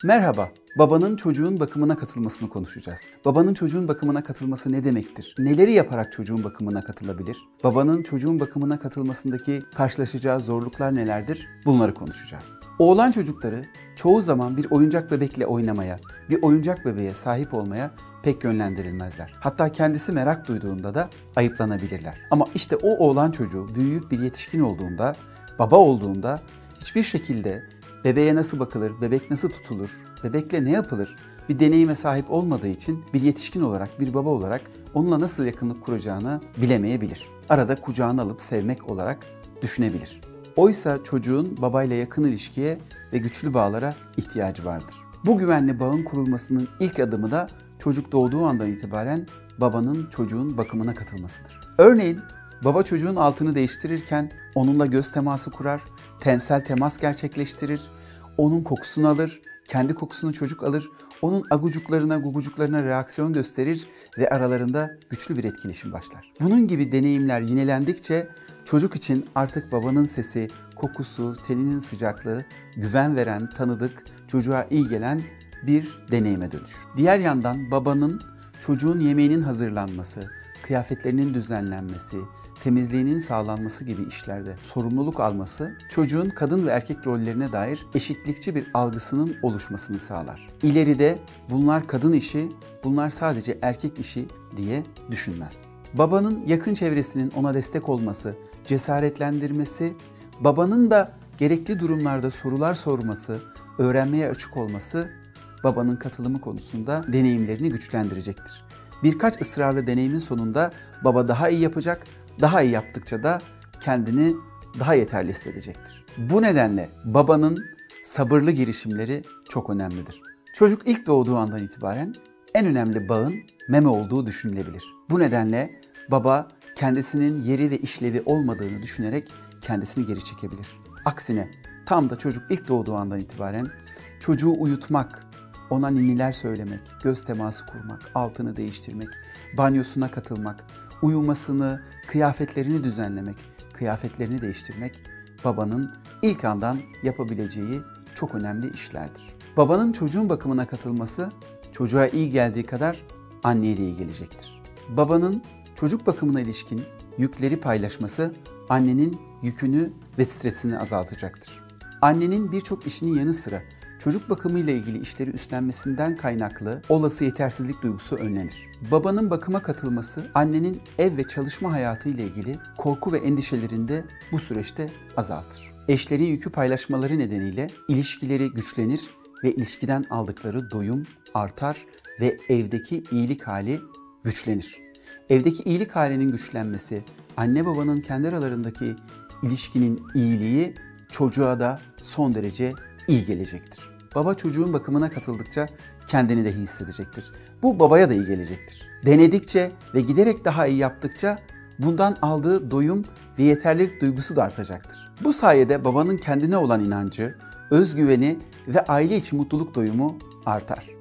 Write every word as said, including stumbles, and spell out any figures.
Merhaba, babanın çocuğun bakımına katılmasını konuşacağız. Babanın çocuğun bakımına katılması ne demektir? Neleri yaparak çocuğun bakımına katılabilir? Babanın çocuğun bakımına katılmasındaki karşılaşacağı zorluklar nelerdir? Bunları konuşacağız. Oğlan çocukları çoğu zaman bir oyuncak bebekle oynamaya, bir oyuncak bebeğe sahip olmaya pek yönlendirilmezler. Hatta kendisi merak duyduğunda da ayıplanabilirler. Ama işte o oğlan çocuğu büyüyüp bir yetişkin olduğunda, baba olduğunda hiçbir şekilde bebeğe nasıl bakılır, bebek nasıl tutulur, bebekle ne yapılır bir deneyime sahip olmadığı için bir yetişkin olarak, bir baba olarak onunla nasıl yakınlık kuracağını bilemeyebilir. Arada kucağına alıp sevmek olarak düşünebilir. Oysa çocuğun babayla yakın ilişkiye ve güçlü bağlara ihtiyacı vardır. Bu güvenli bağın kurulmasının ilk adımı da çocuk doğduğu andan itibaren babanın çocuğun bakımına katılmasıdır. Örneğin baba çocuğun altını değiştirirken onunla göz teması kurar, tensel temas gerçekleştirir, onun kokusunu alır, kendi kokusunu çocuk alır, onun agucuklarına, gugucuklarına reaksiyon gösterir ve aralarında güçlü bir etkileşim başlar. Bunun gibi deneyimler yinelendikçe çocuk için artık babanın sesi, kokusu, teninin sıcaklığı, güven veren, tanıdık, çocuğa iyi gelen bir deneyime dönüşür. Diğer yandan babanın çocuğun yemeğinin hazırlanması, kıyafetlerinin düzenlenmesi, temizliğinin sağlanması gibi işlerde sorumluluk alması, çocuğun kadın ve erkek rollerine dair eşitlikçi bir algısının oluşmasını sağlar. İleride bunlar kadın işi, bunlar sadece erkek işi diye düşünmez. Babanın yakın çevresinin ona destek olması, cesaretlendirmesi, babanın da gerekli durumlarda sorular sorması, öğrenmeye açık olması, babanın katılımı konusunda deneyimlerini güçlendirecektir. Birkaç ısrarlı deneyimin sonunda baba daha iyi yapacak, daha iyi yaptıkça da kendini daha yeterli hissedecektir. Bu nedenle babanın sabırlı girişimleri çok önemlidir. Çocuk ilk doğduğu andan itibaren en önemli bağın meme olduğu düşünülebilir. Bu nedenle baba kendisinin yeri ve işlevi olmadığını düşünerek kendisini geri çekebilir. Aksine tam da çocuk ilk doğduğu andan itibaren çocuğu uyutmak, ona ninniler söylemek, göz teması kurmak, altını değiştirmek, banyosuna katılmak, uyumasını, kıyafetlerini düzenlemek, kıyafetlerini değiştirmek babanın ilk andan yapabileceği çok önemli işlerdir. Babanın çocuğun bakımına katılması çocuğa iyi geldiği kadar anneye de iyi gelecektir. Babanın çocuk bakımına ilişkin yükleri paylaşması annenin yükünü ve stresini azaltacaktır. Annenin birçok işinin yanı sıra çocuk bakımıyla ilgili işleri üstlenmesinden kaynaklı olası yetersizlik duygusu önlenir. Babanın bakıma katılması annenin ev ve çalışma hayatı ile ilgili korku ve endişelerini de bu süreçte azaltır. Eşlerin yükü paylaşmaları nedeniyle ilişkileri güçlenir ve ilişkiden aldıkları doyum artar ve evdeki iyilik hali güçlenir. Evdeki iyilik halinin güçlenmesi, anne babanın kendi aralarındaki ilişkinin iyiliği çocuğa da son derece iyi gelecektir. Baba çocuğun bakımına katıldıkça kendini de iyi hissedecektir. Bu babaya da iyi gelecektir. Denedikçe ve giderek daha iyi yaptıkça bundan aldığı doyum ve yeterlilik duygusu da artacaktır. Bu sayede babanın kendine olan inancı, özgüveni ve aile içi mutluluk doyumu artar.